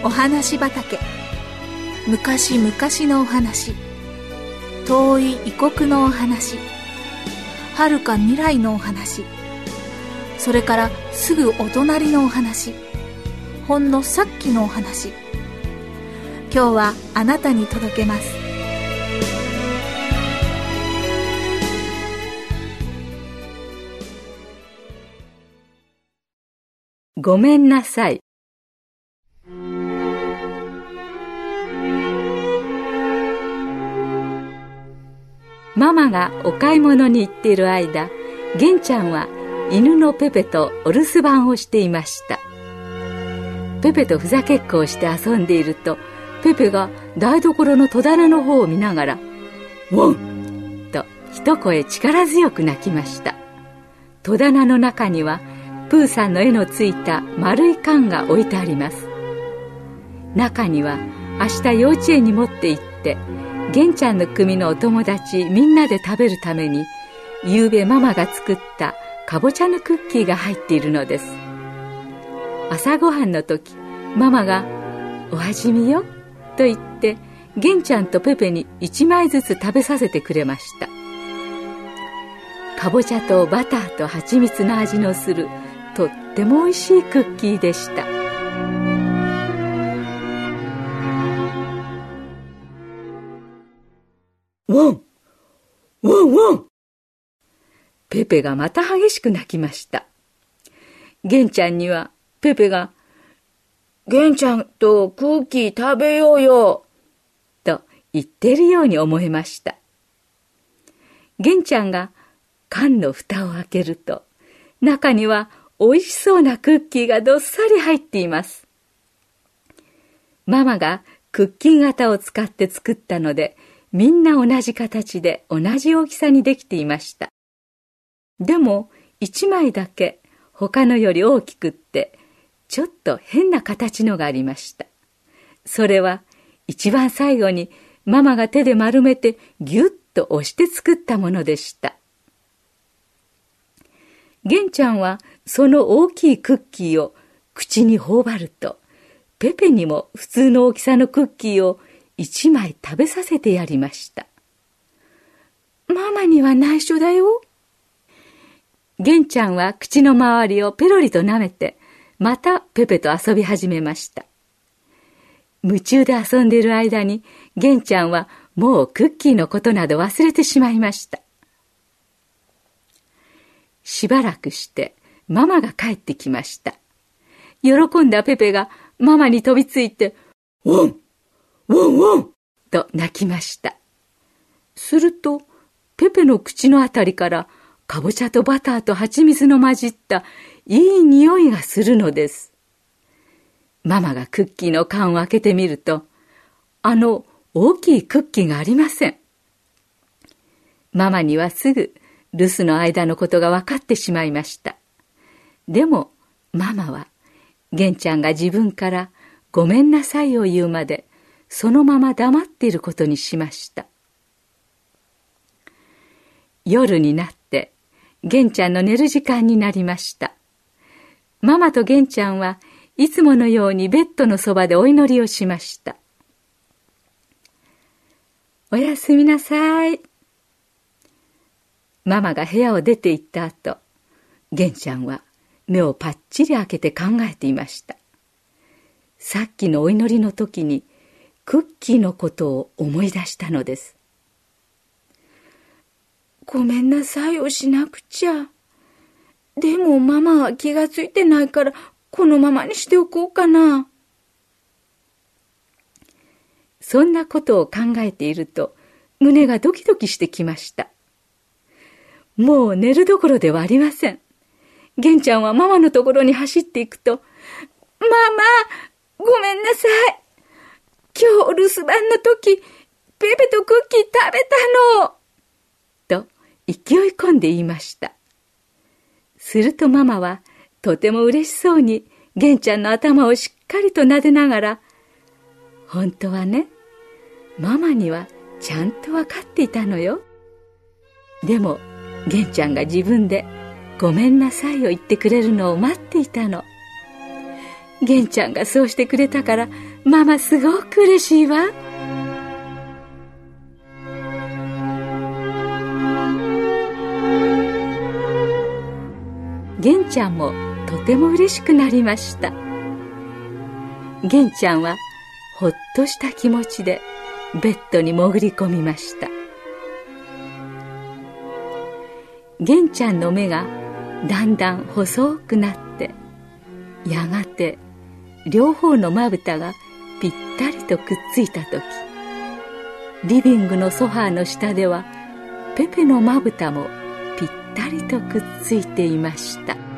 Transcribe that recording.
お話畑。昔々のお話、遠い異国のお話、遥か未来のお話、それからすぐお隣のお話、ほんのさっきのお話。今日はあなたに届けます。 ごめんなさい。ママがお買い物に行っている間、玄ちゃんは犬のペペとお留守番をしていました。ペペとふざけっこをして遊んでいると、ペペが台所の戸棚の方を見ながら、ワンと一声力強く鳴きました。戸棚の中にはプーさんの絵のついた丸い缶が置いてあります。中には明日幼稚園に持って行って玄ちゃんの組のお友達みんなで食べるために、ゆうべママが作ったかぼちゃのクッキーが入っているのです。朝ごはんの時、ママがお味見よと言って玄ちゃんとペペに1枚ずつ食べさせてくれました。かぼちゃとバターと蜂蜜の味のするとってもおいしいクッキーでした。ワンワンワン。ペペがまた激しく泣きました。玄ちゃんにはペペが玄ちゃんとクッキー食べようよと言っているように思えました。玄ちゃんが缶の蓋を開けると、中にはおいしそうなクッキーがどっさり入っています。ママがクッキー型を使って作ったので、みんな同じ形で同じ大きさにできていました。でも1枚だけ他のより大きくってちょっと変な形のがありました。それは一番最後にママが手で丸めてギュッと押して作ったものでした。玄ちゃんはその大きいクッキーを口に頬張ると、ペペにも普通の大きさのクッキーを1枚食べさせてやりました。ママには内緒だよ。玄ちゃんは口の周りをペロリと舐めて、またペペと遊び始めました。夢中で遊んでいる間に、玄ちゃんはもうクッキーのことなど忘れてしまいました。しばらくしてママが帰ってきました。喜んだペペがママに飛びついて、ワンワンワンと鳴きました。するとペペの口のあたりからかぼちゃとバターと蜂蜜の混じったいい匂いがするのです。ママがクッキーの缶を開けてみると、大きいクッキーがありません。ママにはすぐ留守の間のことが分かってしまいました。でもママは玄ちゃんが自分からごめんなさいを言うまでそのまま黙っていることにしました。夜になって玄ちゃんの寝る時間になりました。ママと玄ちゃんはいつものようにベッドのそばでお祈りをしました。おやすみなさい。ママが部屋を出て行った後、玄ちゃんは目をパッチリ開けて考えていました。さっきのお祈りの時にクッキーのことを思い出したのです。ごめんなさいをしなくちゃ。でもママは気がついてないからこのままにしておこうかな。そんなことを考えていると胸がドキドキしてきました。もう寝るどころではありません。玄ちゃんはママのところに走っていくと、ママ、ごめんなさい。今日お留守番の時、ペペとクッキー食べたの。と勢い込んで言いました。するとママはとても嬉しそうに玄ちゃんの頭をしっかりと撫でながら、本当はね、ママにはちゃんと分かっていたのよ。でも玄ちゃんが自分でごめんなさいを言ってくれるのを待っていたの。 玄ちゃんがそうしてくれたからママすごく嬉しいわ。玄ちゃんもとても嬉しくなりました。玄ちゃんはほっとした気持ちでベッドに潜り込みました。玄ちゃんの目がだんだん細くなって、やがて両方のまぶたがぴったりとくっついたとき、リビングのソファーの下ではペペのまぶたもぴったりとくっついていました。